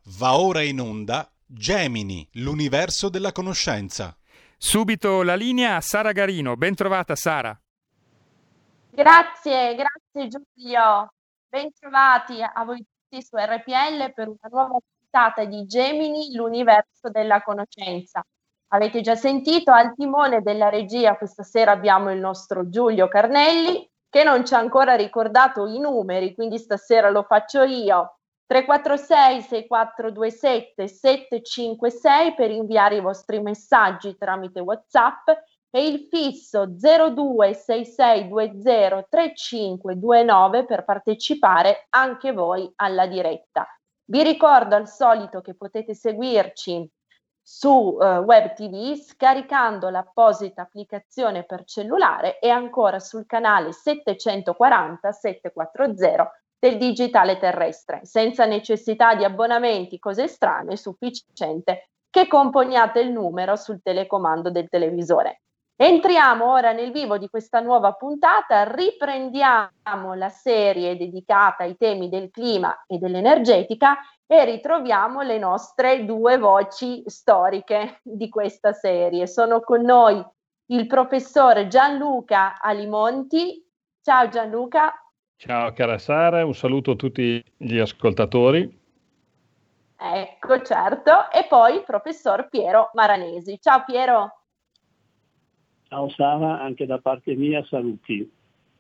Va ora in onda Gemini, l'universo della conoscenza. Subito la linea a Sara Garino. Ben trovata, Sara. Grazie Giulio. Bentrovati a voi tutti su RPL per una nuova puntata di Gemini, l'universo della conoscenza. Avete già sentito, al timone della regia questa sera abbiamo il nostro Giulio Carnelli, che non ci ha ancora ricordato i numeri, quindi stasera lo faccio io. 346 6427 756 per inviare i vostri messaggi tramite WhatsApp e il fisso 0266203529 per partecipare anche voi alla diretta. Vi ricordo al solito che potete seguirci su Web TV scaricando l'apposita applicazione per cellulare e ancora sul canale 740 del digitale terrestre, senza necessità di abbonamenti, cose strane, è sufficiente che componiate il numero sul telecomando del televisore. Entriamo ora nel vivo di questa nuova puntata, riprendiamo la serie dedicata ai temi del clima e dell'energetica e ritroviamo le nostre due voci storiche di questa serie. Sono con noi il professor Gianluca Alimonti. Ciao Gianluca. Ciao cara Sara, un saluto a tutti gli ascoltatori. Ecco, certo. E poi il professor Piero Maranesi. Ciao Piero. Ciao Sara, anche da parte mia saluti.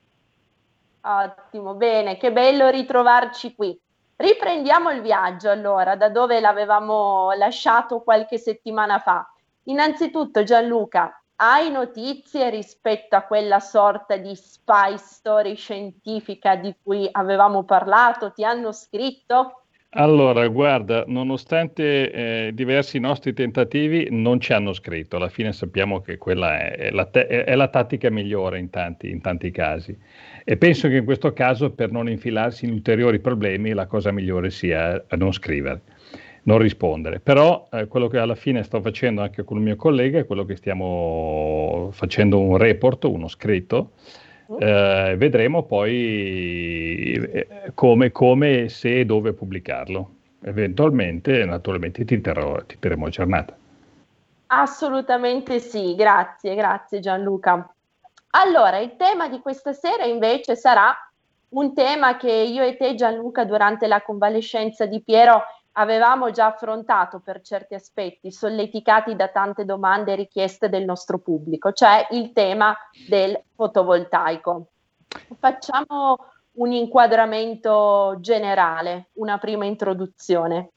Ottimo, bene, che bello ritrovarci qui. Riprendiamo il viaggio allora, da dove l'avevamo lasciato qualche settimana fa. Innanzitutto Gianluca, hai notizie rispetto a quella sorta di spy story scientifica di cui avevamo parlato? Ti hanno scritto? Allora, guarda, nonostante diversi nostri tentativi, non ci hanno scritto. Alla fine sappiamo che quella è la tattica migliore in tanti casi. E penso che in questo caso, per non infilarsi in ulteriori problemi, la cosa migliore sia non scrivere, non rispondere. Però quello che alla fine sto facendo anche con un mio collega è quello che stiamo facendo un report, uno scritto. Vedremo poi come, se e dove pubblicarlo. Eventualmente, naturalmente, ti terremo aggiornata. Assolutamente sì, grazie Gianluca. Allora, il tema di questa sera invece sarà un tema che io e te Gianluca durante la convalescenza di Piero avevamo già affrontato per certi aspetti, solleticati da tante domande e richieste del nostro pubblico, cioè il tema del fotovoltaico. Facciamo un inquadramento generale, una prima introduzione.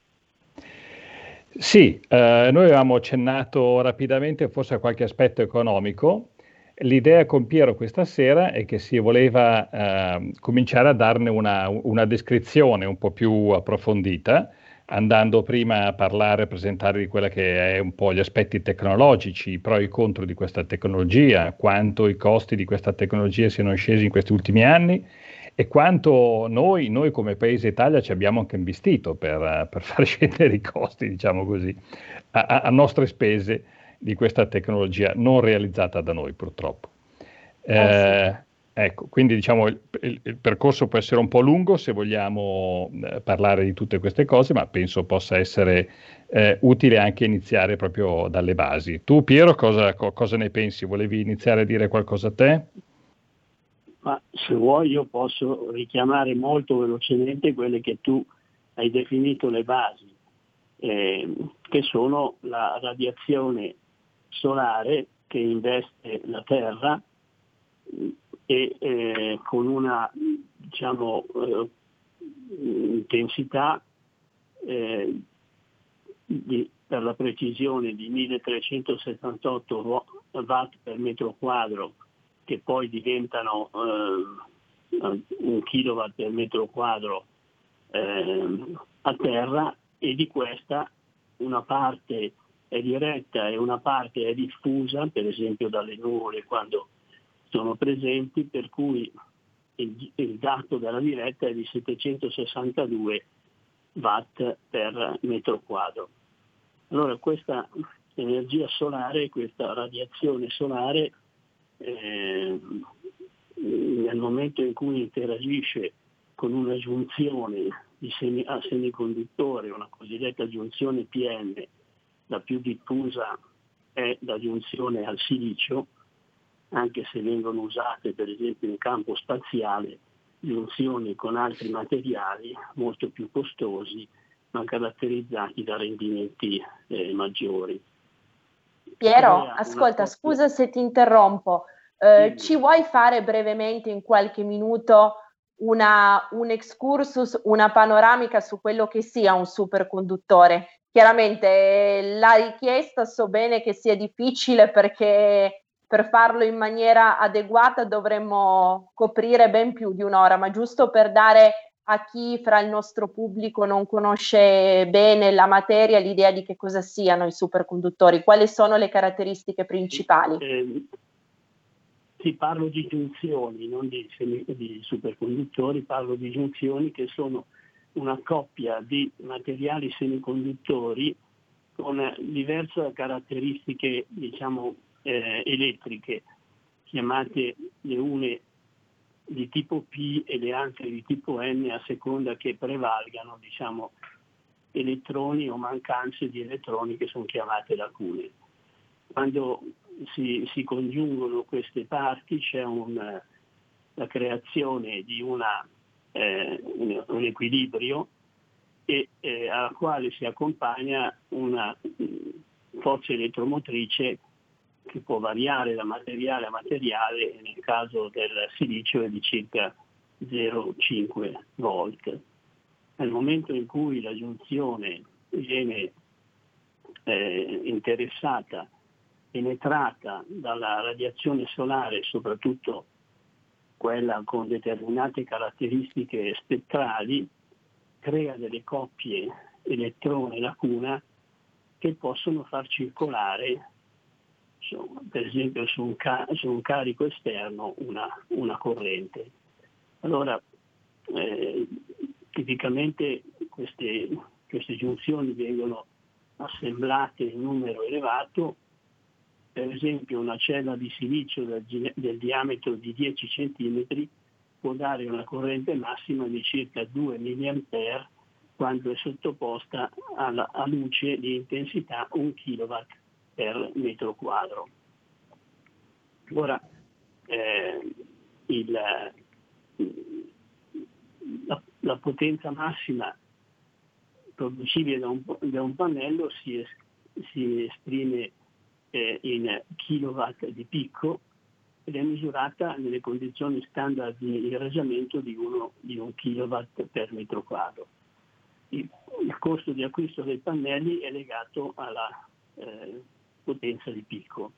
Sì, noi avevamo accennato rapidamente forse a qualche aspetto economico. L'idea con Piero questa sera è che si voleva cominciare a darne una descrizione un po' più approfondita, andando prima a parlare, a presentare di quella che è un po' gli aspetti tecnologici, i pro e i contro di questa tecnologia, quanto i costi di questa tecnologia siano scesi in questi ultimi anni e quanto noi come Paese Italia ci abbiamo anche investito per far scendere i costi, diciamo così, a nostre spese di questa tecnologia non realizzata da noi purtroppo. Sì. Ecco, quindi diciamo il percorso può essere un po' lungo se vogliamo parlare di tutte queste cose, ma penso possa essere utile anche iniziare proprio dalle basi. Tu Piero cosa ne pensi? Volevi iniziare a dire qualcosa a te? Ma se vuoi io posso richiamare molto velocemente quelle che tu hai definito le basi, che sono la radiazione solare che investe la Terra e con una intensità per la precisione di 1378 watt per metro quadro, che poi diventano 1 kilowatt per metro quadro a terra, e di questa una parte è diretta e una parte è diffusa, per esempio dalle nuvole quando sono presenti, per cui il dato della diretta è di 762 watt per metro quadro. Allora questa energia solare, questa radiazione solare, nel momento in cui interagisce con una giunzione a semiconduttore, una cosiddetta giunzione PN. La più diffusa è la giunzione al silicio, anche se vengono usate per esempio in campo spaziale giunzioni con altri materiali molto più costosi, ma caratterizzati da rendimenti maggiori. Piero, ascolta, scusa se ti interrompo, ci vuoi fare brevemente in qualche minuto un excursus, una panoramica su quello che sia un superconduttore? Chiaramente la richiesta so bene che sia difficile perché per farlo in maniera adeguata dovremmo coprire ben più di un'ora, ma giusto per dare a chi fra il nostro pubblico non conosce bene la materia l'idea di che cosa siano i superconduttori, quali sono le caratteristiche principali? Sì, parlo di giunzioni, non di superconduttori, parlo di giunzioni che sono una coppia di materiali semiconduttori con diverse caratteristiche, diciamo, elettriche, chiamate le une di tipo P e le altre di tipo N a seconda che prevalgano, diciamo, elettroni o mancanze di elettroni che sono chiamate lacune. Quando si congiungono queste parti c'è la creazione di un equilibrio e alla quale si accompagna una forza elettromotrice che può variare da materiale a materiale, nel caso del silicio è di circa 0,5 volt. Nel momento in cui la giunzione viene interessata, penetrata dalla radiazione solare, soprattutto quella con determinate caratteristiche spettrali, crea delle coppie elettrone-lacuna che possono far circolare, per esempio su un carico esterno, una corrente. Allora, tipicamente queste giunzioni vengono assemblate in numero elevato. Per esempio una cella di silicio del diametro di 10 cm può dare una corrente massima di circa 2 mA quando è sottoposta a luce di intensità 1 kW per metro quadro. Ora, la potenza massima producibile da un pannello si esprime in kilowatt di picco ed è misurata nelle condizioni standard di irraggiamento di 1 kilowatt per metro quadro. Il costo di acquisto dei pannelli è legato alla potenza di picco.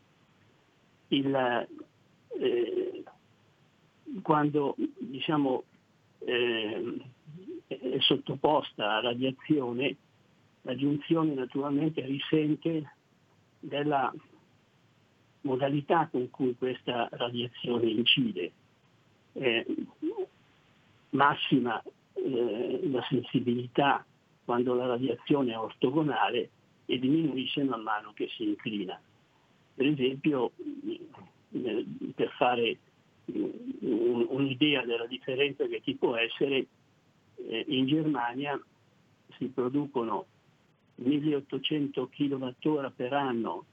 Quando diciamo è sottoposta a radiazione, la giunzione naturalmente risente della modalità con cui questa radiazione incide. Massima la sensibilità quando la radiazione è ortogonale e diminuisce man mano che si inclina. Per esempio, per fare un'idea della differenza che ci può essere, in Germania si producono 1800 kWh per anno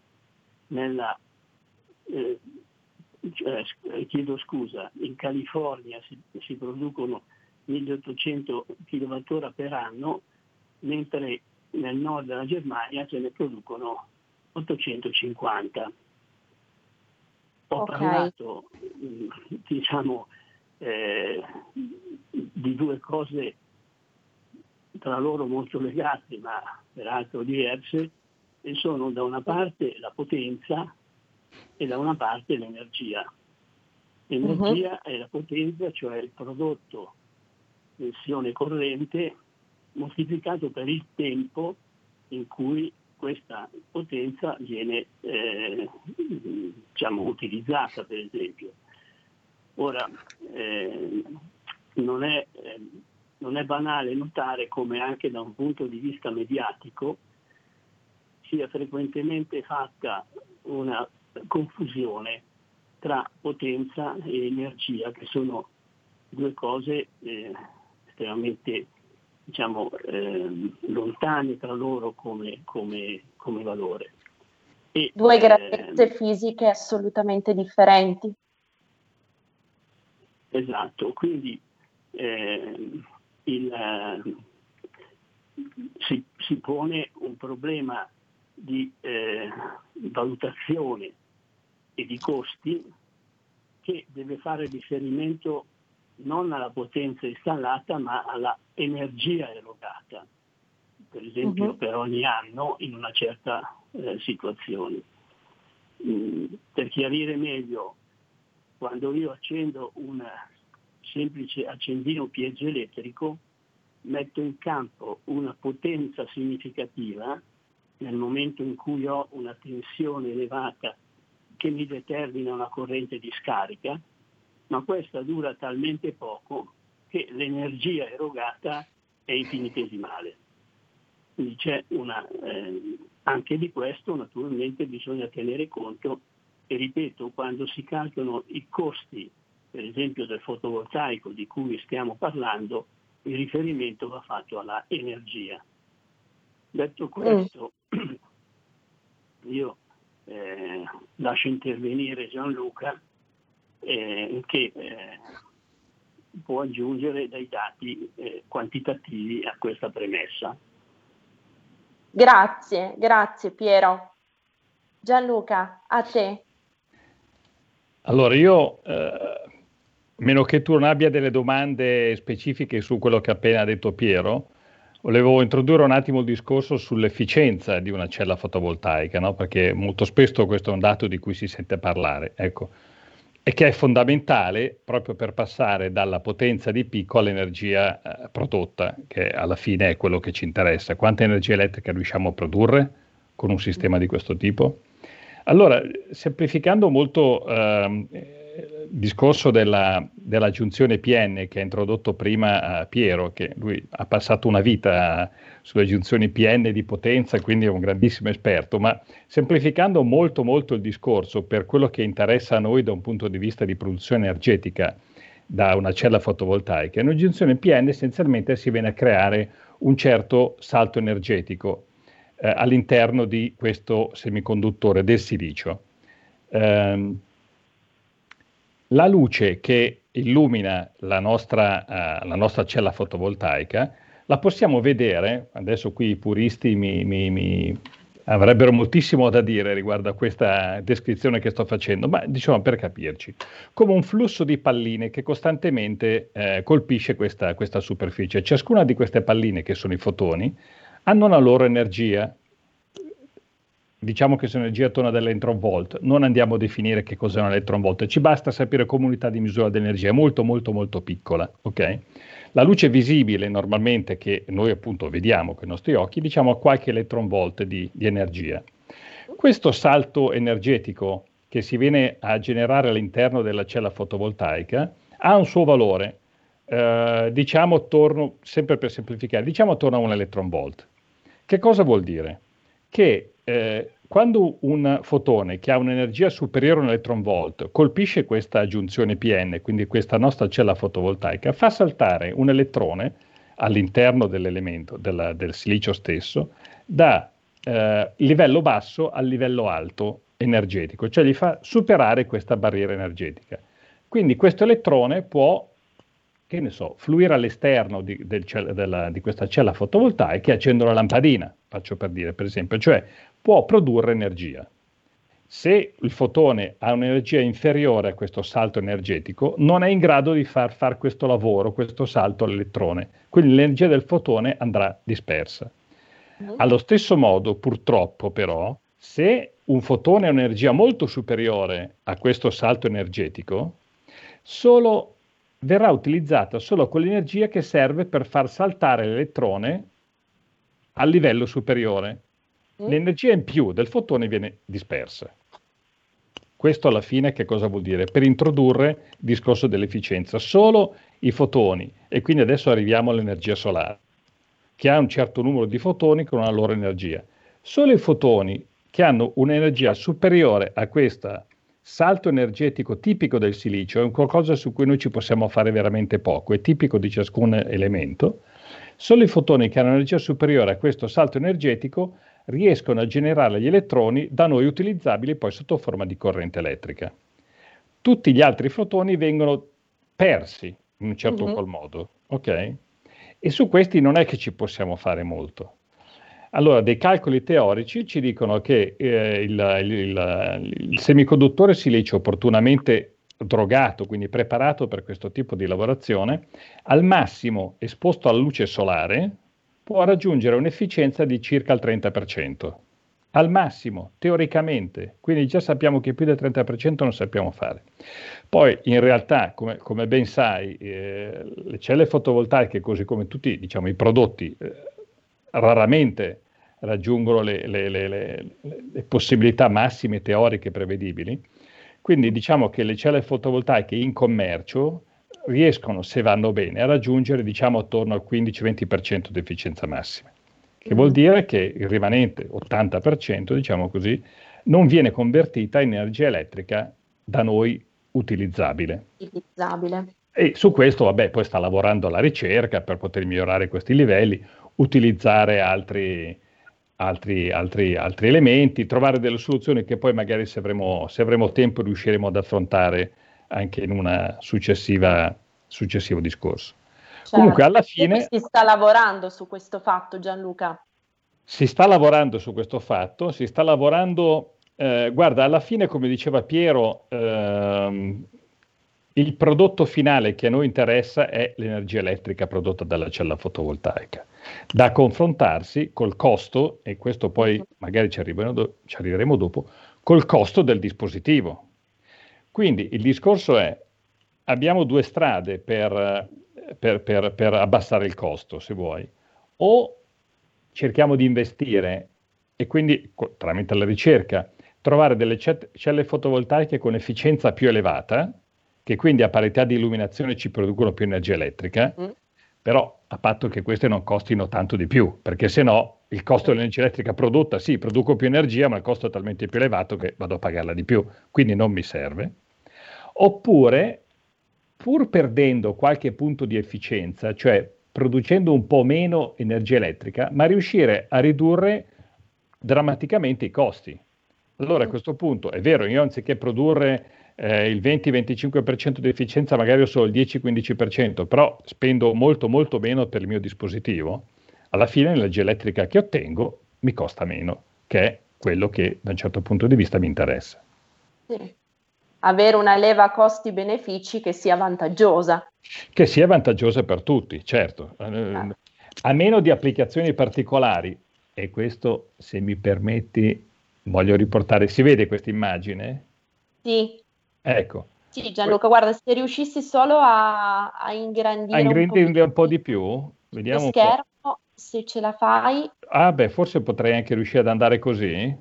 in California si producono 1800 kWh per anno, mentre nel nord della Germania se ne producono 850. Ho parlato diciamo di due cose tra loro molto legate ma peraltro diverse, e sono da una parte la potenza e da una parte l'energia. L'energia è la potenza, cioè il prodotto tensione corrente moltiplicato per il tempo in cui questa potenza viene utilizzata, per esempio. Ora, non è banale notare come anche da un punto di vista mediatico sia frequentemente fatta una confusione tra potenza e energia, che sono due cose estremamente diciamo, lontane tra loro come valore. E, due grandezze fisiche assolutamente differenti. Esatto, quindi si pone un problema di valutazione e di costi che deve fare riferimento non alla potenza installata ma alla energia erogata, per esempio per ogni anno in una certa situazione. Per chiarire meglio, quando io accendo un semplice accendino piezoelettrico, metto in campo una potenza significativa nel momento in cui ho una tensione elevata che mi determina una corrente di scarica, ma questa dura talmente poco che l'energia erogata è infinitesimale. Quindi c'è anche di questo naturalmente bisogna tenere conto, e ripeto, quando si calcolano i costi, per esempio del fotovoltaico di cui stiamo parlando, il riferimento va fatto alla energia. Detto questo, io lascio intervenire Gianluca che può aggiungere dei dati quantitativi a questa premessa. Grazie Piero. Gianluca, a te. Allora io, meno che tu non abbia delle domande specifiche su quello che ha appena detto Piero, volevo introdurre un attimo il discorso sull'efficienza di una cella fotovoltaica, no? Perché molto spesso questo è un dato di cui si sente parlare, ecco, e che è fondamentale proprio per passare dalla potenza di picco all'energia prodotta, che alla fine è quello che ci interessa. Quanta energia elettrica riusciamo a produrre con un sistema di questo tipo? Allora, semplificando molto il discorso della giunzione PN che ha introdotto prima Piero, che lui ha passato una vita sulle giunzioni PN di potenza, quindi è un grandissimo esperto, ma semplificando molto molto il discorso per quello che interessa a noi da un punto di vista di produzione energetica da una cella fotovoltaica, in una giunzione PN essenzialmente si viene a creare un certo salto energetico all'interno di questo semiconduttore del silicio. La luce che illumina la nostra cella fotovoltaica la possiamo vedere, adesso qui i puristi mi avrebbero moltissimo da dire riguardo a questa descrizione che sto facendo, ma diciamo per capirci, come un flusso di palline che costantemente colpisce questa superficie. Ciascuna di queste palline, che sono i fotoni, hanno una loro energia, diciamo che sono energia attorno all'electron volt, non andiamo a definire che cos'è un electron volt, ci basta sapere come unità di misura dell'energia, è molto molto molto piccola, ok? La luce visibile normalmente che noi appunto vediamo con i nostri occhi, diciamo a qualche electron volt di energia. Questo salto energetico che si viene a generare all'interno della cella fotovoltaica ha un suo valore, diciamo attorno, sempre per semplificare, diciamo attorno a un electron volt. Che cosa vuol dire? Che quando un fotone che ha un'energia superiore a un electron volt colpisce questa giunzione PN, quindi questa nostra cella fotovoltaica, fa saltare un elettrone all'interno dell'elemento, del silicio stesso, da livello basso al livello alto energetico, cioè gli fa superare questa barriera energetica. Quindi questo elettrone può, che ne so, fluire all'esterno di questa cella fotovoltaica e accendere la lampadina, faccio per dire, per esempio, cioè può produrre energia. Se il fotone ha un'energia inferiore a questo salto energetico, non è in grado di far questo lavoro, questo salto all'elettrone, quindi l'energia del fotone andrà dispersa. Allo stesso modo, purtroppo però, se un fotone ha un'energia molto superiore a questo salto energetico, verrà utilizzata solo quell'energia che serve per far saltare l'elettrone al livello superiore. L'energia in più del fotone viene dispersa. Questo alla fine che cosa vuol dire? Per introdurre il discorso dell'efficienza, solo i fotoni, e quindi adesso arriviamo all'energia solare, che ha un certo numero di fotoni con una loro energia. Solo i fotoni che hanno un'energia superiore a questo salto energetico tipico del silicio, è un qualcosa su cui noi ci possiamo fare veramente poco, è tipico di ciascun elemento. Solo i fotoni che hanno energia superiore a questo salto energetico riescono a generare gli elettroni da noi utilizzabili poi sotto forma di corrente elettrica. Tutti gli altri fotoni vengono persi in un certo qual modo, ok? E su questi non è che ci possiamo fare molto. Allora, dei calcoli teorici ci dicono che il semiconduttore silicio opportunamente drogato, quindi preparato per questo tipo di lavorazione, al massimo esposto alla luce solare, può raggiungere un'efficienza di circa il 30%. Al massimo, teoricamente. Quindi già sappiamo che più del 30% non sappiamo fare. Poi, in realtà, come ben sai, le celle fotovoltaiche, così come tutti, diciamo, i prodotti, raramente raggiungono le possibilità massime teoriche prevedibili. Quindi diciamo che le celle fotovoltaiche in commercio riescono, se vanno bene, a raggiungere diciamo attorno al 15-20% di efficienza massima, che vuol dire che il rimanente 80%, diciamo così, non viene convertita in energia elettrica da noi utilizzabile. E su questo, vabbè, poi sta lavorando la ricerca per poter migliorare questi livelli, utilizzare altri elementi, trovare delle soluzioni che poi magari se avremo tempo riusciremo ad affrontare anche in un successivo discorso. Certo. Comunque alla fine si sta lavorando su questo fatto, Gianluca. Si sta lavorando su questo fatto, guarda, alla fine, come diceva Piero, il prodotto finale che a noi interessa è l'energia elettrica prodotta dalla cella fotovoltaica, da confrontarsi col costo, e questo poi magari ci arriveremo dopo, col costo del dispositivo. Quindi il discorso è, abbiamo due strade per abbassare il costo, se vuoi, o cerchiamo di investire e quindi tramite la ricerca trovare delle celle fotovoltaiche con efficienza più elevata, che quindi a parità di illuminazione ci producono più energia elettrica, però a patto che queste non costino tanto di più, perché se no il costo dell'energia elettrica prodotta, sì, produco più energia, ma il costo è talmente più elevato che vado a pagarla di più, quindi non mi serve. Oppure, pur perdendo qualche punto di efficienza, cioè producendo un po' meno energia elettrica, ma riuscire a ridurre drammaticamente i costi. Allora a questo punto, è vero, io anziché produrre il 20-25% di efficienza, magari ho solo il 10-15%, però spendo molto molto meno per il mio dispositivo, alla fine l'energia elettrica che ottengo mi costa meno, che è quello che da un certo punto di vista mi interessa. Sì. Avere una leva costi-benefici che sia vantaggiosa. Che sia vantaggiosa per tutti, certo. A meno di applicazioni particolari, e questo, se mi permetti, voglio riportare, si vede questa immagine? Sì. Ecco. Sì, Gianluca, guarda, se riuscissi solo a ingrandire un po' di più, vediamo lo schermo, se ce la fai. Ah, beh, forse potrei anche riuscire ad andare così.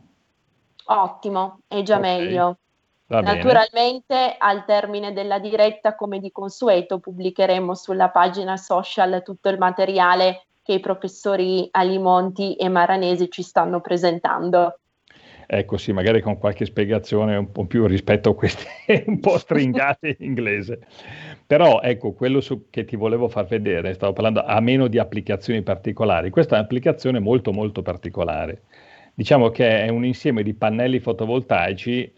Ottimo, è già meglio. Va Naturalmente bene. al termine della diretta, come di consueto, pubblicheremo sulla pagina social tutto il materiale che i professori Alimonti e Maranesi ci stanno presentando. Ecco, sì, magari con qualche spiegazione un po' più rispetto a queste un po' stringate in inglese. Però ecco, quello che ti volevo far vedere, stavo parlando a meno di applicazioni particolari. Questa è un'applicazione molto molto particolare. Diciamo che è un insieme di pannelli fotovoltaici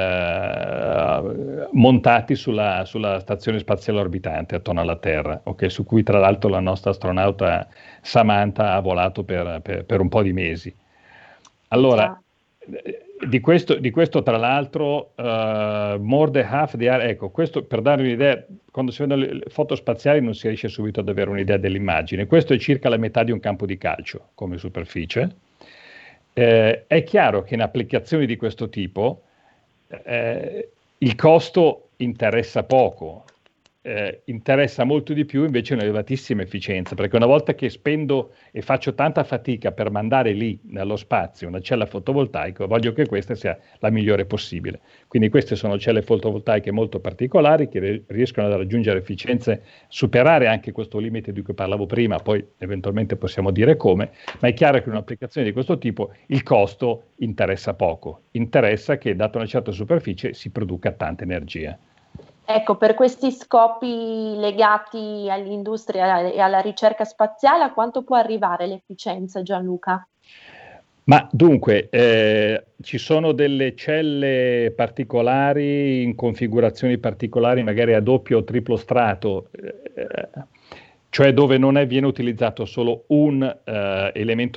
montati sulla stazione spaziale orbitante attorno alla Terra, okay, su cui tra l'altro la nostra astronauta Samantha ha volato per un po' di mesi. Allora, di questo tra l'altro, more than half the area, ecco, questo per dare un'idea, quando si vedono le foto spaziali non si riesce subito ad avere un'idea dell'immagine. Questo è circa la metà di un campo di calcio come superficie. È chiaro che in applicazioni di questo tipo il costo interessa poco, interessa molto di più invece un'elevatissima efficienza, perché una volta che spendo e faccio tanta fatica per mandare lì nello spazio una cella fotovoltaica, voglio che questa sia la migliore possibile. Quindi queste sono celle fotovoltaiche molto particolari che riescono a raggiungere efficienze, superare anche questo limite di cui parlavo prima, poi eventualmente possiamo dire come, ma è chiaro che in un'applicazione di questo tipo il costo interessa poco, interessa che data una certa superficie si produca tanta energia. Ecco, per questi scopi legati all'industria e alla ricerca spaziale, a quanto può arrivare l'efficienza, Gianluca? Ma dunque, ci sono delle celle particolari in configurazioni particolari, magari a doppio o triplo strato, cioè dove non viene utilizzato solo un elemento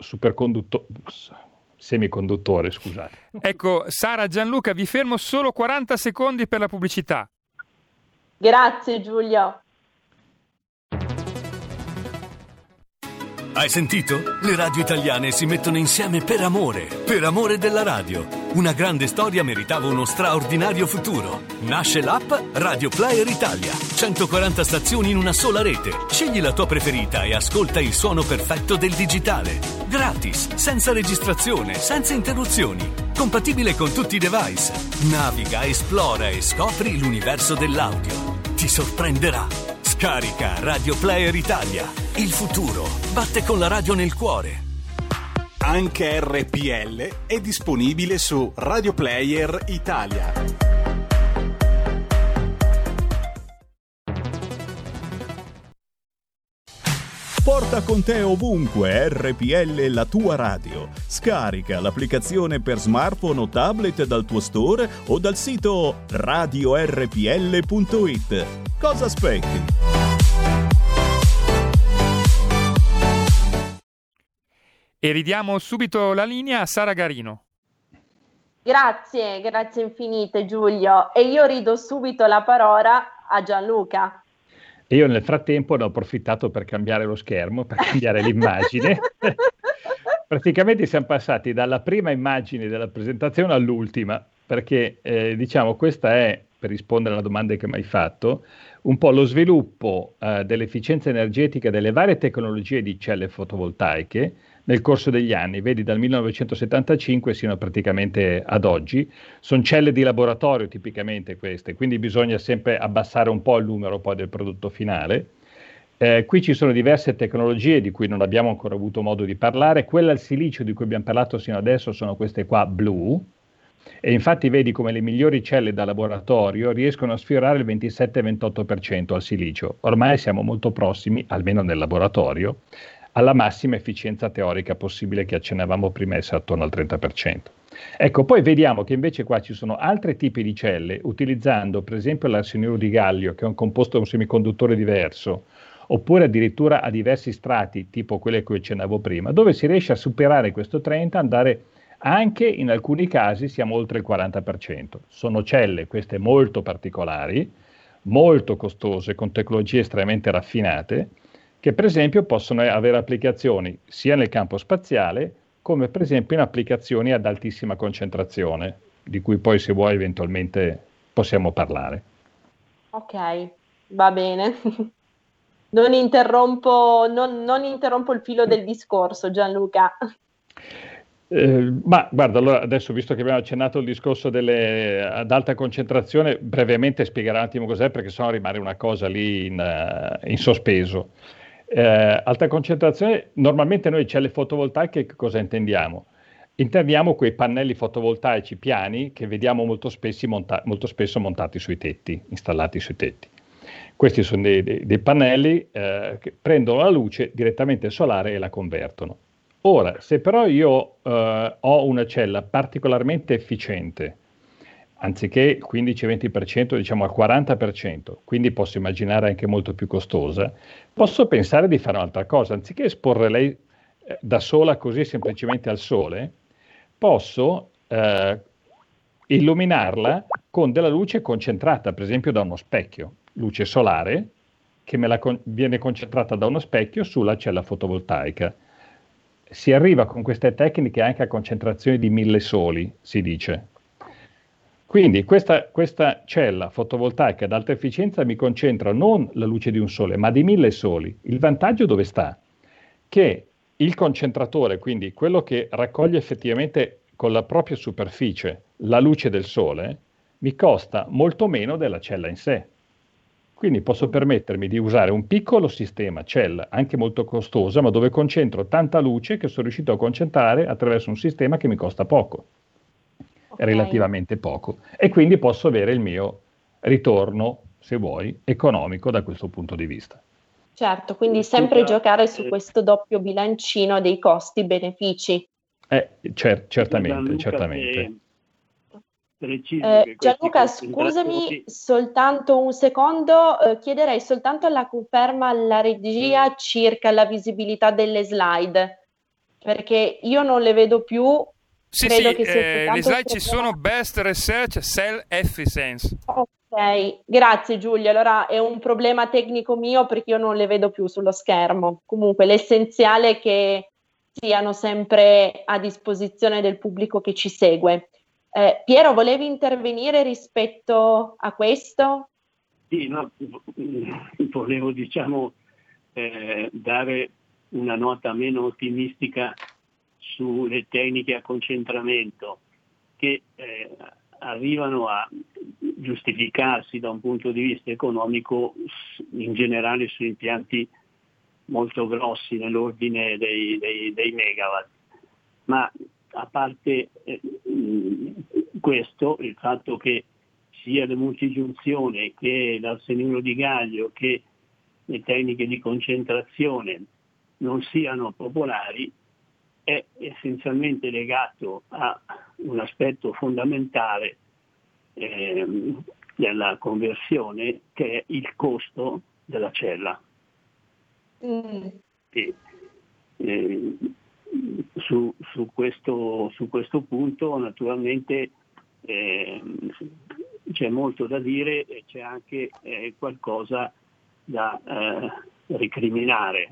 semiconduttore, scusate. Ecco, Sara, Gianluca, vi fermo solo 40 secondi per la pubblicità. Grazie Giulio. Hai sentito? Le radio italiane si mettono insieme per amore della radio. Una grande storia meritava uno straordinario futuro. Nasce l'app Radio Player Italia. 140 stazioni in una sola rete. Scegli la tua preferita e ascolta il suono perfetto del digitale. Gratis, senza registrazione, senza interruzioni. Compatibile con tutti i device. Naviga, esplora e scopri l'universo dell'audio. Ti sorprenderà. Scarica Radio Player Italia. Il futuro batte con la radio nel cuore. Anche RPL è disponibile su Radio Player Italia. Porta con te ovunque RPL, la tua radio. Scarica l'applicazione per smartphone o tablet dal tuo store o dal sito radiorpl.it. Cosa aspetti? E ridiamo subito la linea a Sara Garino. Grazie infinite Giulio. E io rido subito la parola a Gianluca. E io nel frattempo ne ho approfittato per cambiare lo schermo, per cambiare l'immagine. Praticamente siamo passati dalla prima immagine della presentazione all'ultima, perché diciamo questa è, per rispondere alla domanda che mi hai fatto, un po' lo sviluppo dell'efficienza energetica delle varie tecnologie di celle fotovoltaiche nel corso degli anni. Vedi, dal 1975 sino praticamente ad oggi. Sono celle di laboratorio tipicamente queste, quindi bisogna sempre abbassare un po' il numero poi del prodotto finale. Qui ci sono diverse tecnologie di cui non abbiamo ancora avuto modo di parlare. Quella al silicio di cui abbiamo parlato sino adesso sono queste qua blu, e infatti vedi come le migliori celle da laboratorio riescono a sfiorare il 27-28% al silicio. Ormai siamo molto prossimi, almeno nel laboratorio, alla massima efficienza teorica possibile che accennavamo prima, essere attorno al 30%. Ecco, poi vediamo che invece qua ci sono altri tipi di celle, utilizzando per esempio l'arseniuro di gallio, che è un composto di un semiconduttore diverso, oppure addirittura a diversi strati, tipo quelle a cui accennavo prima, dove si riesce a superare questo 30%, andare anche in alcuni casi siamo oltre il 40%. Sono celle, queste molto particolari, molto costose, con tecnologie estremamente raffinate, che per esempio possono avere applicazioni sia nel campo spaziale, come per esempio in applicazioni ad altissima concentrazione, di cui poi se vuoi eventualmente possiamo parlare. Ok, va bene. Non interrompo il filo del discorso, Gianluca. Ma guarda, allora adesso, visto che abbiamo accennato il discorso ad alta concentrazione, brevemente spiegherò un attimo cos'è, perché sennò rimane una cosa lì in sospeso. Alta concentrazione, normalmente noi celle fotovoltaiche che cosa intendiamo? Intendiamo quei pannelli fotovoltaici piani che vediamo molto spesso montati sui tetti, installati sui tetti. Questi sono dei pannelli che prendono la luce direttamente solare e la convertono. Ora, se però io ho una cella particolarmente efficiente, anziché il 15-20%, diciamo al 40%, quindi posso immaginare anche molto più costosa, posso pensare di fare un'altra cosa. Anziché esporre lei da sola così semplicemente al sole, posso illuminarla con della luce concentrata, per esempio da uno specchio, luce solare, che viene concentrata da uno specchio sulla cella fotovoltaica. Si arriva con queste tecniche anche a concentrazioni di 1000 soli, si dice. Quindi questa cella fotovoltaica ad alta efficienza mi concentra non la luce di un sole, ma di 1000 soli. Il vantaggio dove sta? Che il concentratore, quindi quello che raccoglie effettivamente con la propria superficie la luce del sole, mi costa molto meno della cella in sé. Quindi posso permettermi di usare un piccolo sistema cella, anche molto costosa, ma dove concentro tanta luce che sono riuscito a concentrare attraverso un sistema che mi costa poco, relativamente poco. E quindi posso avere il mio ritorno, se vuoi, economico da questo punto di vista. Certo, quindi sempre giocare su questo doppio bilancino dei costi-benefici. Certamente, certamente. Gianluca, scusami soltanto un secondo, chiederei soltanto la conferma alla regia circa la visibilità delle slide, perché io non le vedo più. Sì, Credo che sia le slide ci sono, Best Research Cell Efficiency. Ok, grazie Giulio. Allora è un problema tecnico mio perché io non le vedo più sullo schermo. Comunque l'essenziale è che siano sempre a disposizione del pubblico che ci segue. Piero, volevi intervenire rispetto a questo? Sì, no, volevo dare una nota meno ottimistica sulle tecniche a concentramento che arrivano a giustificarsi da un punto di vista economico in generale su impianti molto grossi nell'ordine dei megawatt. Ma a parte questo, il fatto che sia le multigiunzioni che l'arsenuro di gallio che le tecniche di concentrazione non siano popolari è essenzialmente legato a un aspetto fondamentale della conversione, che è il costo della cella. E, su questo punto naturalmente c'è molto da dire e c'è anche qualcosa da ricriminare.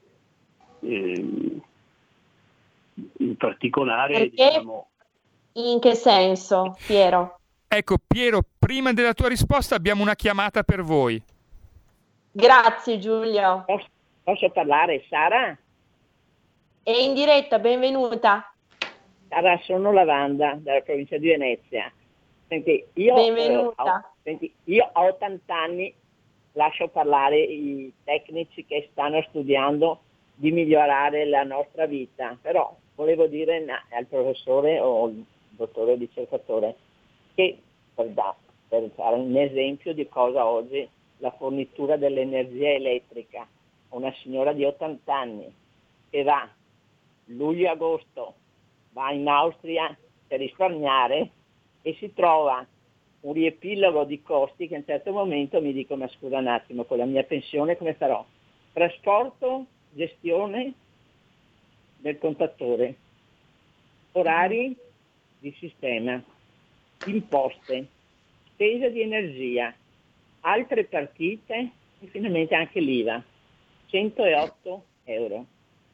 In particolare, in che senso, Piero? Ecco, Piero, prima della tua risposta abbiamo una chiamata per voi. Grazie Giulio. Posso parlare, Sara? È in diretta, benvenuta. Sara, sono Lavanda, dalla provincia di Venezia. Senti, benvenuta. Io a 80 anni lascio parlare i tecnici che stanno studiando di migliorare la nostra vita, però volevo dire al professore o al dottore ricercatore che per fare un esempio di cosa oggi la fornitura dell'energia elettrica, una signora di 80 anni che va luglio-agosto, va in Austria per risparmiare e si trova un riepilogo di costi che a un certo momento mi dico: ma scusa un attimo, con la mia pensione come farò? Trasporto, gestione del contatore, orari di sistema, imposte, spesa di energia, altre partite e finalmente anche l'IVA, 108 euro.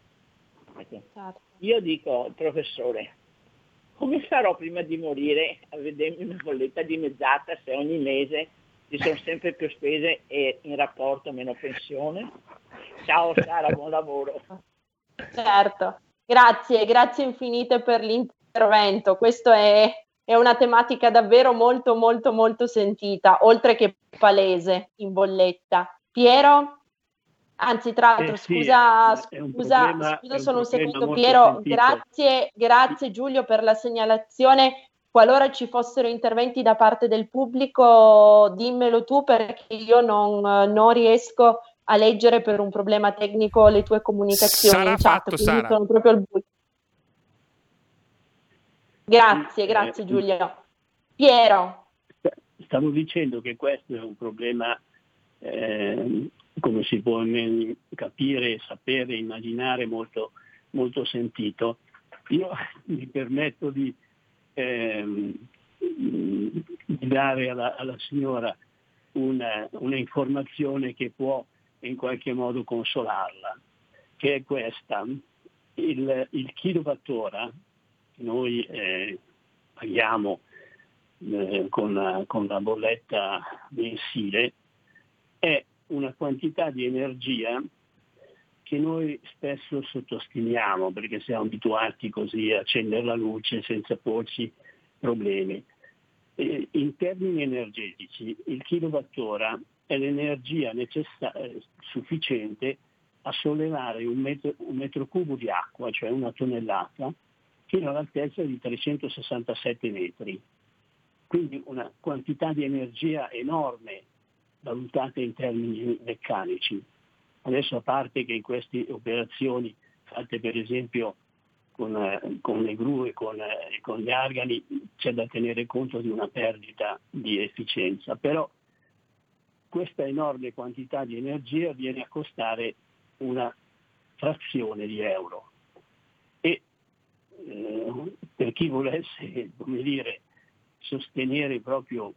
Io dico al professore: come farò prima di morire a vedermi una bolletta dimezzata se ogni mese ci sono sempre più spese e in rapporto meno pensione? Ciao Sara, buon lavoro. Certo, grazie infinite per l'intervento. Questo è una tematica davvero molto molto molto sentita, oltre che palese in bolletta. Piero? Anzi, tra l'altro, scusa solo un secondo, Piero, grazie Giulio per la segnalazione. Qualora ci fossero interventi da parte del pubblico, dimmelo tu, perché io non riesco a leggere per un problema tecnico le tue comunicazioni. Sarà in chat, fatto, Sara. sono proprio al buio. Grazie Giulio. Piero. Stavo dicendo che questo è un problema, come si può capire, sapere, immaginare, molto, molto sentito. Io mi permetto di dare alla signora una informazione che può in qualche modo consolarla, che è questa: il kilowattora che noi paghiamo con la bolletta mensile è una quantità di energia che noi spesso sottostimiamo, perché siamo abituati così a accendere la luce senza porci problemi. In termini energetici, il kilowattora è l'energia sufficiente a sollevare un metro cubo di acqua, cioè una tonnellata, fino all'altezza di 367 metri. quindi una quantità di energia enorme valutata in termini meccanici. Adesso, a parte che in queste operazioni fatte per esempio con le gru e con gli argani c'è da tenere conto di una perdita di efficienza, però questa enorme quantità di energia viene a costare una frazione di euro e per chi volesse, come dire, sostenere proprio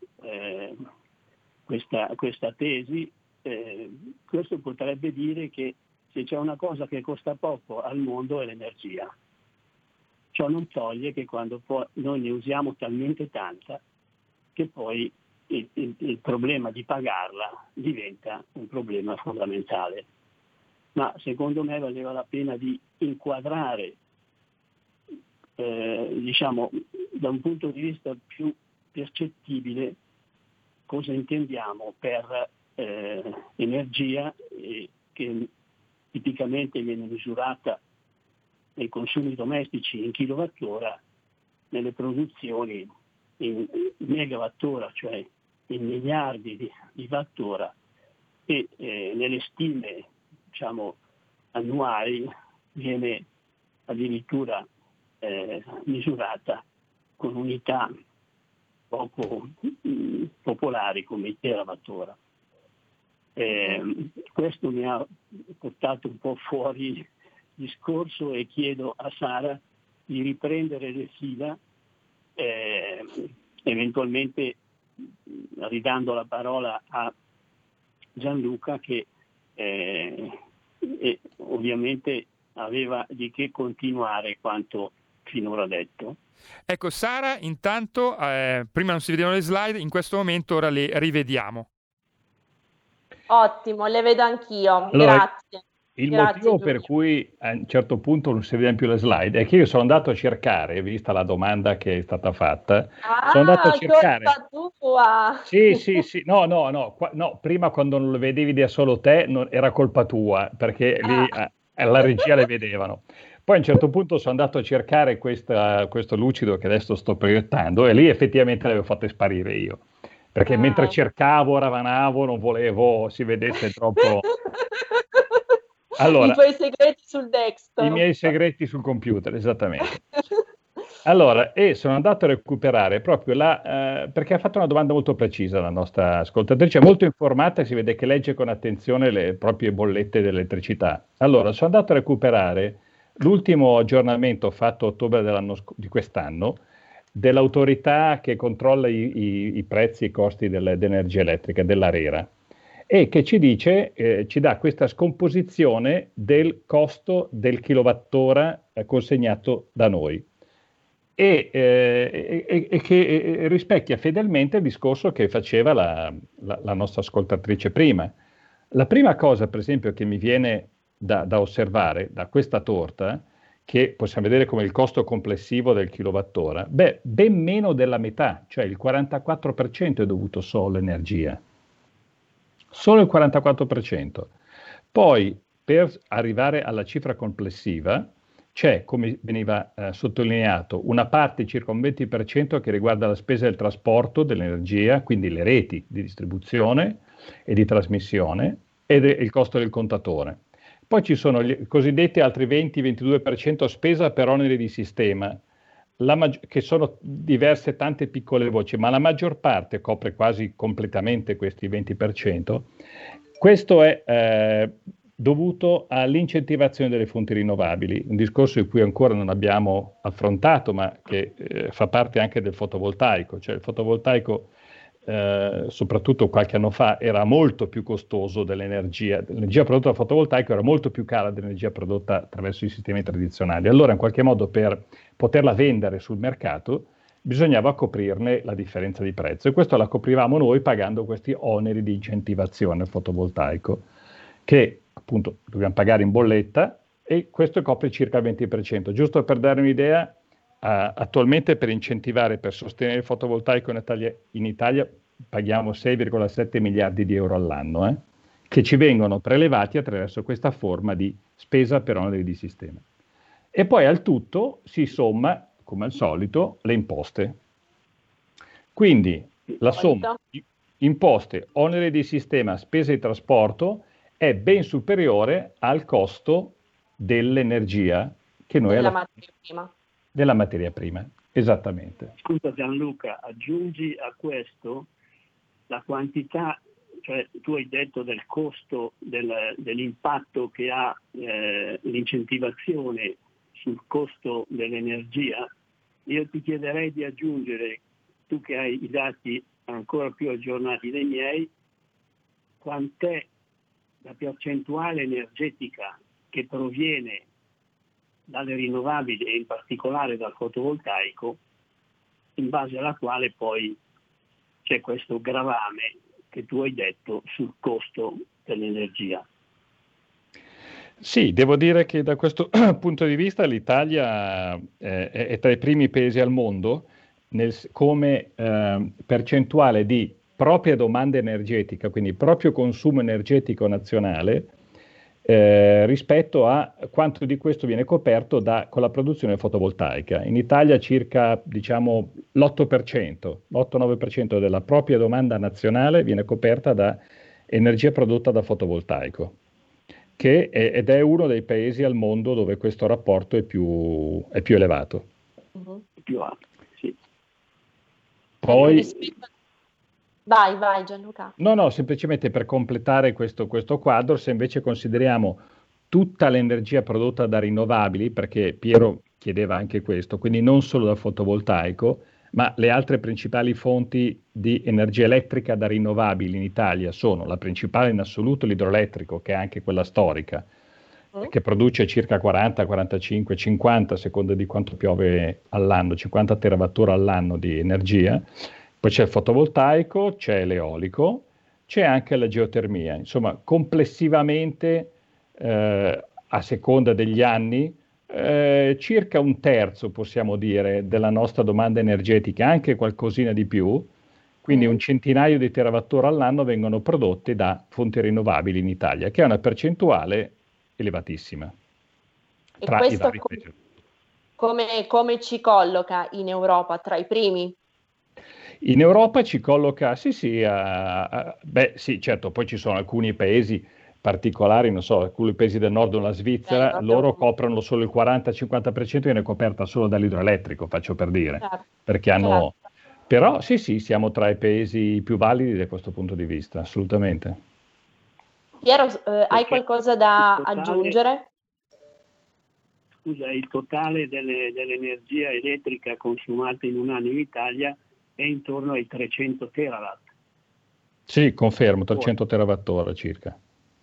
questa tesi, questo potrebbe dire che se c'è una cosa che costa poco al mondo è l'energia. Ciò non toglie che quando poi noi ne usiamo talmente tanta che poi il problema di pagarla diventa un problema fondamentale. Ma secondo me valeva la pena di inquadrare, diciamo, da un punto di vista più percettibile cosa intendiamo per energia che tipicamente viene misurata nei consumi domestici in kilowattora, nelle produzioni in megawattora, cioè in miliardi di wattora, e nelle stime, diciamo, annuali viene addirittura misurata con unità poco popolari come il terawattora. Questo mi ha portato un po' fuori discorso e chiedo a Sara di riprendere le fila, eventualmente ridando la parola a Gianluca che ovviamente aveva di che continuare quanto finora detto. Ecco, Sara, intanto, prima non si vedevano le slide, in questo momento ora le rivediamo. Ottimo, le vedo anch'io, Allora, grazie. Il Grazie, motivo Giulio. per cui a un certo punto non si vedono più le slide è che io sono andato a cercare, vista la domanda che è stata fatta, sono andato a cercare. Colpa tua! Sì, no, prima quando non le vedevi da solo te era colpa tua, perché lì alla regia le vedevano. Poi a un certo punto sono andato a cercare questo lucido che adesso sto proiettando e lì effettivamente le avevo fatte sparire io, perché mentre cercavo, ravanavo, non volevo si vedesse troppo. Allora, I tuoi segreti sul desktop. I miei segreti sul computer, esattamente. Allora, e sono andato a recuperare proprio perché ha fatto una domanda molto precisa la nostra ascoltatrice, molto informata, si vede che legge con attenzione le proprie bollette dell'elettricità. Allora, sono andato a recuperare l'ultimo aggiornamento fatto a ottobre di quest'anno dell'autorità che controlla i prezzi e i costi dell'energia elettrica, dell'ARERA, e che ci dice, ci dà questa scomposizione del costo del kilowattora consegnato da noi e che rispecchia fedelmente il discorso che faceva la nostra ascoltatrice prima. La prima cosa, per esempio, che mi viene da osservare da questa torta, che possiamo vedere come il costo complessivo del kilowattora, ben meno della metà, cioè il 44% è dovuto solo all'energia. Solo il 44%. Poi, per arrivare alla cifra complessiva, c'è, come veniva sottolineato, una parte, circa un 20%, che riguarda la spesa del trasporto dell'energia, quindi le reti di distribuzione e di trasmissione, ed il costo del contatore. Poi ci sono gli cosiddetti altri 20-22% spesa per oneri di sistema, che sono diverse, tante piccole voci, ma la maggior parte copre quasi completamente questi 20%. Questo è dovuto all'incentivazione delle fonti rinnovabili, un discorso di cui ancora non abbiamo affrontato, ma che fa parte anche del fotovoltaico. Cioè il fotovoltaico, soprattutto qualche anno fa, era molto più costoso dell'energia. L'energia prodotta dal fotovoltaico era molto più cara dell'energia prodotta attraverso i sistemi tradizionali. Allora, in qualche modo, per poterla vendere sul mercato, bisognava coprirne la differenza di prezzo, e questo la coprivamo noi pagando questi oneri di incentivazione al fotovoltaico, che appunto dobbiamo pagare in bolletta, e questo copre circa il 20%. Giusto per dare un'idea, attualmente per incentivare, per sostenere il fotovoltaico in Italia paghiamo 6,7 miliardi di euro all'anno, che ci vengono prelevati attraverso questa forma di spesa per oneri di sistema. E poi al tutto si somma, come al solito, le imposte. Quindi la somma imposte, oneri di sistema, spese di trasporto è ben superiore al costo dell'energia che noi della materia prima. Esattamente. Scusa Gianluca, aggiungi a questo la quantità, cioè tu hai detto del costo dell'impatto che ha l'incentivazione sul costo dell'energia. Io ti chiederei di aggiungere, tu che hai i dati ancora più aggiornati dei miei, quant'è la percentuale energetica che proviene dalle rinnovabili e in particolare dal fotovoltaico, in base alla quale poi c'è questo gravame che tu hai detto sul costo dell'energia. Sì, devo dire che da questo punto di vista l'Italia è tra i primi paesi al mondo come percentuale di propria domanda energetica, quindi proprio consumo energetico nazionale, rispetto a quanto di questo viene coperto con la produzione fotovoltaica. In Italia circa, diciamo, l'8-9% della propria domanda nazionale viene coperta da energia prodotta da fotovoltaico, ed è uno dei paesi al mondo dove questo rapporto è più elevato. Più alto, sì. Poi... Vai Gianluca. No, semplicemente per completare questo quadro, se invece consideriamo tutta l'energia prodotta da rinnovabili, perché Piero chiedeva anche questo, quindi non solo da fotovoltaico, ma le altre principali fonti di energia elettrica da rinnovabili in Italia sono la principale in assoluto l'idroelettrico, che è anche quella storica, che produce circa 40, 45, 50, a seconda di quanto piove all'anno, 50 terawattora all'anno di energia. Poi c'è il fotovoltaico, c'è l'eolico, c'è anche la geotermia. Insomma, complessivamente, a seconda degli anni, circa un terzo, possiamo dire, della nostra domanda energetica, anche qualcosina di più, quindi un centinaio di terawattora all'anno vengono prodotti da fonti rinnovabili in Italia, che è una percentuale elevatissima. E questo come ci colloca in Europa tra i primi? In Europa ci colloca, sì, certo, poi ci sono alcuni paesi particolari, non so, alcuni paesi del nord o la Svizzera, loro coprono solo il 40-50%, viene coperta solo dall'idroelettrico, faccio per dire, perché hanno... Però sì, siamo tra i paesi più validi da questo punto di vista, assolutamente. Piero, hai qualcosa da aggiungere? Scusa, il totale dell'energia elettrica consumata in un anno in Italia è intorno ai 300 terawatt. Sì, confermo, 300 terawattora circa.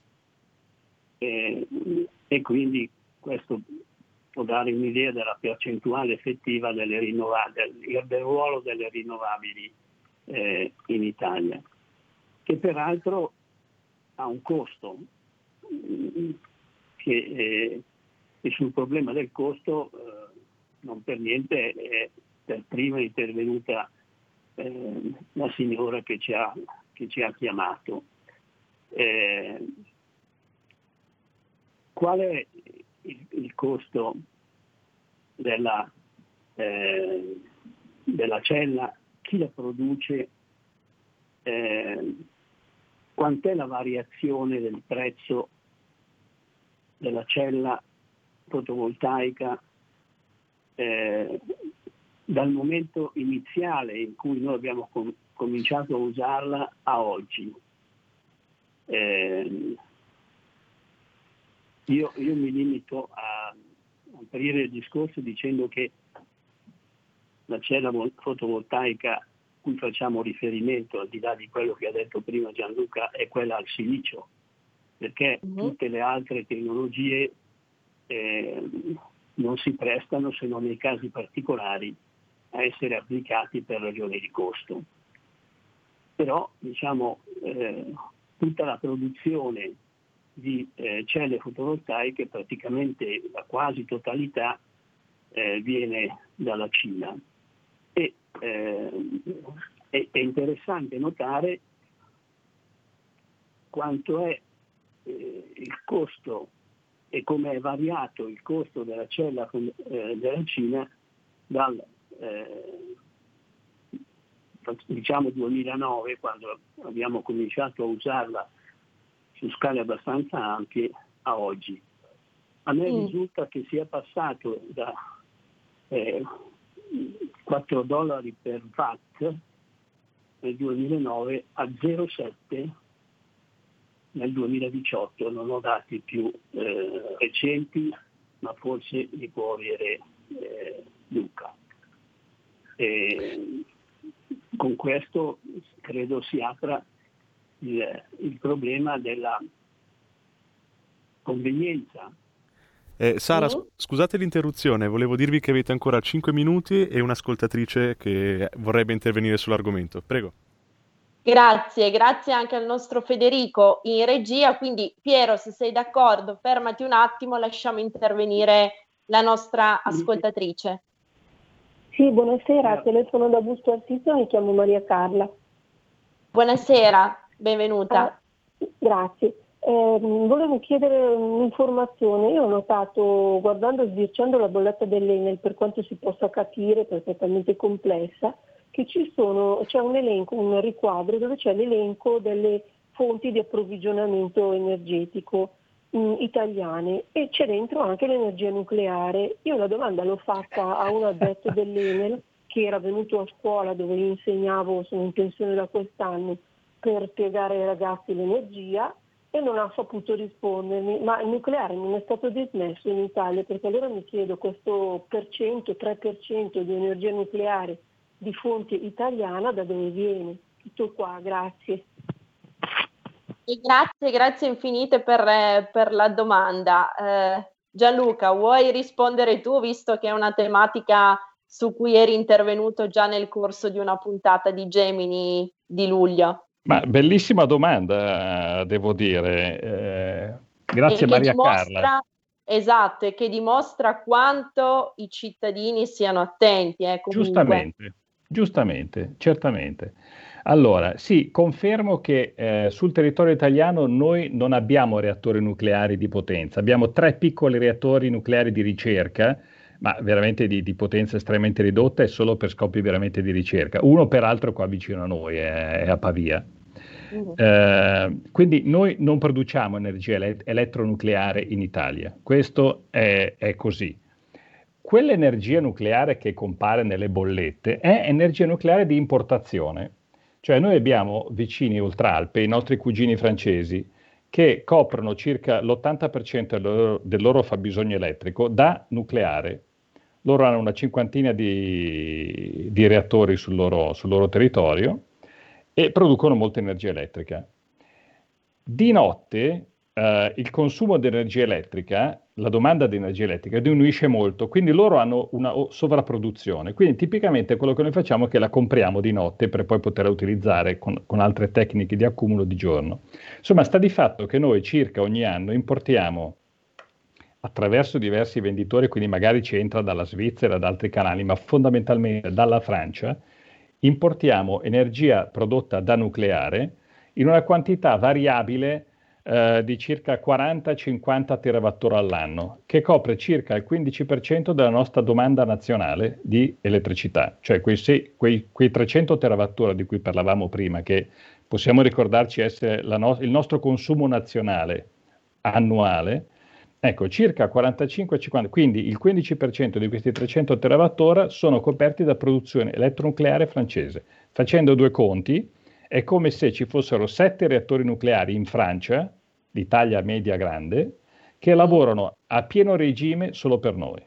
E quindi questo può dare un'idea della percentuale effettiva del ruolo delle rinnovabili in Italia, che peraltro ha un costo e sul problema del costo non per niente è per prima intervenuta la signora che ci ha chiamato. Qual è il costo della cella? Chi la produce? Quant'è la variazione del prezzo della cella fotovoltaica dal momento iniziale in cui noi abbiamo cominciato a usarla a oggi? Io mi limito a aprire il discorso dicendo che la cella fotovoltaica a cui facciamo riferimento, al di là di quello che ha detto prima Gianluca, è quella al silicio, perché tutte le altre tecnologie non si prestano, se non nei casi particolari, a essere applicati per ragioni di costo. Però diciamo tutta la produzione di celle fotovoltaiche, praticamente la quasi totalità, viene dalla Cina. E è interessante notare quanto è il costo e come è variato il costo della cella della Cina diciamo 2009, quando abbiamo cominciato a usarla su scale abbastanza ampie, a oggi. A me risulta che sia passato da $4 per watt nel 2009 a 0,7 nel 2018. Non ho dati più recenti, ma forse li può avere Luca. Con questo credo si apra il problema della convenienza. Sara, scusate l'interruzione, volevo dirvi che avete ancora 5 minuti e un'ascoltatrice che vorrebbe intervenire sull'argomento. Prego. Grazie anche al nostro Federico in regia, quindi Piero, se sei d'accordo, fermati un attimo, lasciamo intervenire la nostra ascoltatrice. Sì, buonasera, telefono da Busto Arsizio, mi chiamo Maria Carla. Buonasera, benvenuta. Grazie. Volevo chiedere un'informazione. Io ho notato, guardando e sbirciando la bolletta dell'Enel, per quanto si possa capire, perché è talmente complessa, che c'è un elenco, un riquadro dove c'è l'elenco delle fonti di approvvigionamento energetico italiane e c'è dentro anche l'energia nucleare. Io la domanda l'ho fatta a un addetto dell'Enel che era venuto a scuola dove io insegnavo, sono in pensione da quest'anno, per spiegare ai ragazzi l'energia, e non ha saputo rispondermi, ma il nucleare non è stato dismesso in Italia, perché allora mi chiedo, questo 3% di energia nucleare di fonte italiana da dove viene? Tutto qua, grazie. E grazie infinite per la domanda. Gianluca, vuoi rispondere tu, visto che è una tematica su cui eri intervenuto già nel corso di una puntata di Gemini di luglio? Ma bellissima domanda, devo dire. Grazie Maria Carla. Esatto, e che dimostra quanto i cittadini siano attenti. Giustamente, certamente. Allora, sì, confermo che sul territorio italiano noi non abbiamo reattori nucleari di potenza, abbiamo 3 piccoli reattori nucleari di ricerca, ma veramente di potenza estremamente ridotta e solo per scopi veramente di ricerca. Uno peraltro qua vicino a noi, è a Pavia. Quindi noi non produciamo energia elettronucleare in Italia, questo è così. Quell'energia nucleare che compare nelle bollette è energia nucleare di importazione, cioè noi abbiamo vicini Oltralpe, i nostri cugini francesi, che coprono circa l'80% del loro fabbisogno elettrico da nucleare. Loro hanno una cinquantina di reattori sul loro territorio e producono molta energia elettrica. Di notte il consumo di energia elettrica, la domanda di energia elettrica diminuisce molto, quindi loro hanno una sovrapproduzione. Quindi tipicamente quello che noi facciamo è che la compriamo di notte per poi poterla utilizzare con altre tecniche di accumulo di giorno. Insomma, sta di fatto che noi circa ogni anno importiamo attraverso diversi venditori, quindi magari ci entra dalla Svizzera, da altri canali, ma fondamentalmente dalla Francia, importiamo energia prodotta da nucleare in una quantità variabile di circa 40-50 terawattora all'anno, che copre circa il 15% della nostra domanda nazionale di elettricità, cioè quei 300 terawattora di cui parlavamo prima, che possiamo ricordarci essere il nostro consumo nazionale annuale. Ecco, circa 45-50, quindi il 15% di questi 300 terawattora sono coperti da produzione elettronucleare francese. Facendo 2 conti, è come se ci fossero 7 reattori nucleari in Francia, l'Italia media grande, che lavorano a pieno regime solo per noi.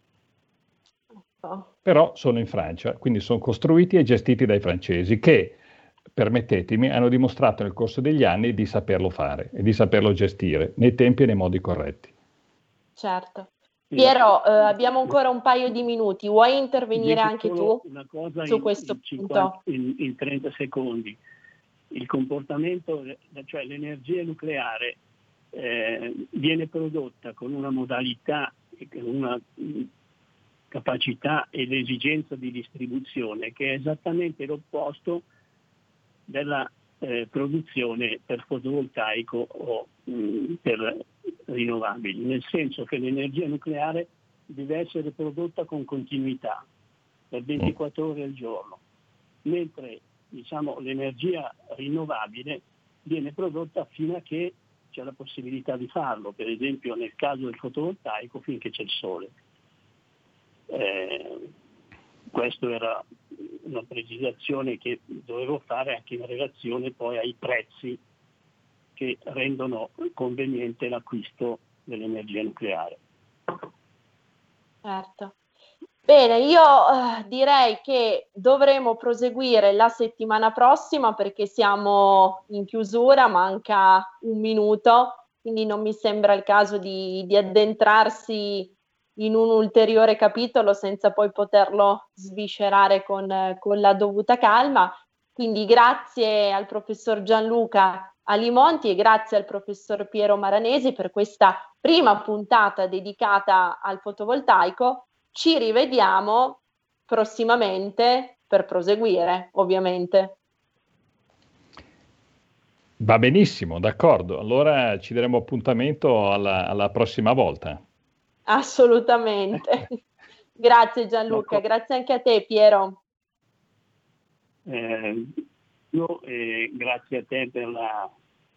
Però sono in Francia, quindi sono costruiti e gestiti dai francesi, che, permettetemi, hanno dimostrato nel corso degli anni di saperlo fare e di saperlo gestire nei tempi e nei modi corretti. Certo. Piero, abbiamo ancora un paio di minuti, vuoi intervenire anche tu su questo punto? In 30 secondi. Il comportamento, cioè l'energia nucleare viene prodotta con una modalità, con una capacità ed esigenza di distribuzione che è esattamente l'opposto della produzione per fotovoltaico o per rinnovabili, nel senso che l'energia nucleare deve essere prodotta con continuità per 24 ore al giorno. mentre l'energia rinnovabile viene prodotta fino a che c'è la possibilità di farlo, per esempio nel caso del fotovoltaico finché c'è il sole. Questa era una precisazione che dovevo fare anche in relazione poi ai prezzi che rendono conveniente l'acquisto dell'energia nucleare. Certo. Bene, io direi che dovremo proseguire la settimana prossima perché siamo in chiusura, manca un minuto, quindi non mi sembra il caso di addentrarsi in un ulteriore capitolo senza poi poterlo sviscerare con la dovuta calma. Quindi grazie al professor Gianluca Alimonti e grazie al professor Piero Maranesi per questa prima puntata dedicata al fotovoltaico. Ci rivediamo prossimamente per proseguire, ovviamente. Va benissimo, d'accordo. Allora ci daremo appuntamento alla prossima volta. Assolutamente. Grazie Gianluca, grazie anche a te Piero. Grazie a te per la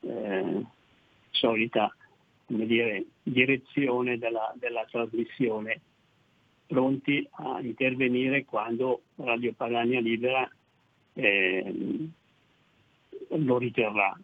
solita, direzione della trasmissione, pronti a intervenire quando Radio Padania Libera lo riterrà.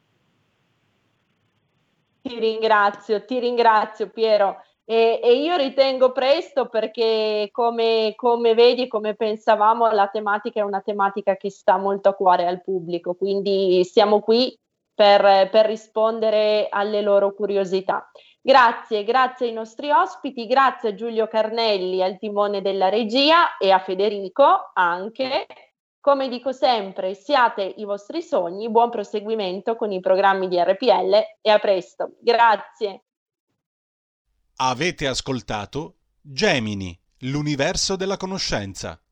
Ti ringrazio Piero. E io ritengo presto perché come vedi, come pensavamo, la tematica è una tematica che sta molto a cuore al pubblico, quindi siamo qui per rispondere alle loro curiosità. Grazie ai nostri ospiti, grazie a Giulio Carnelli al timone della regia e a Federico anche. Come dico sempre, siate i vostri sogni, buon proseguimento con i programmi di RPL e a presto. Grazie. Avete ascoltato Gemini, l'universo della conoscenza.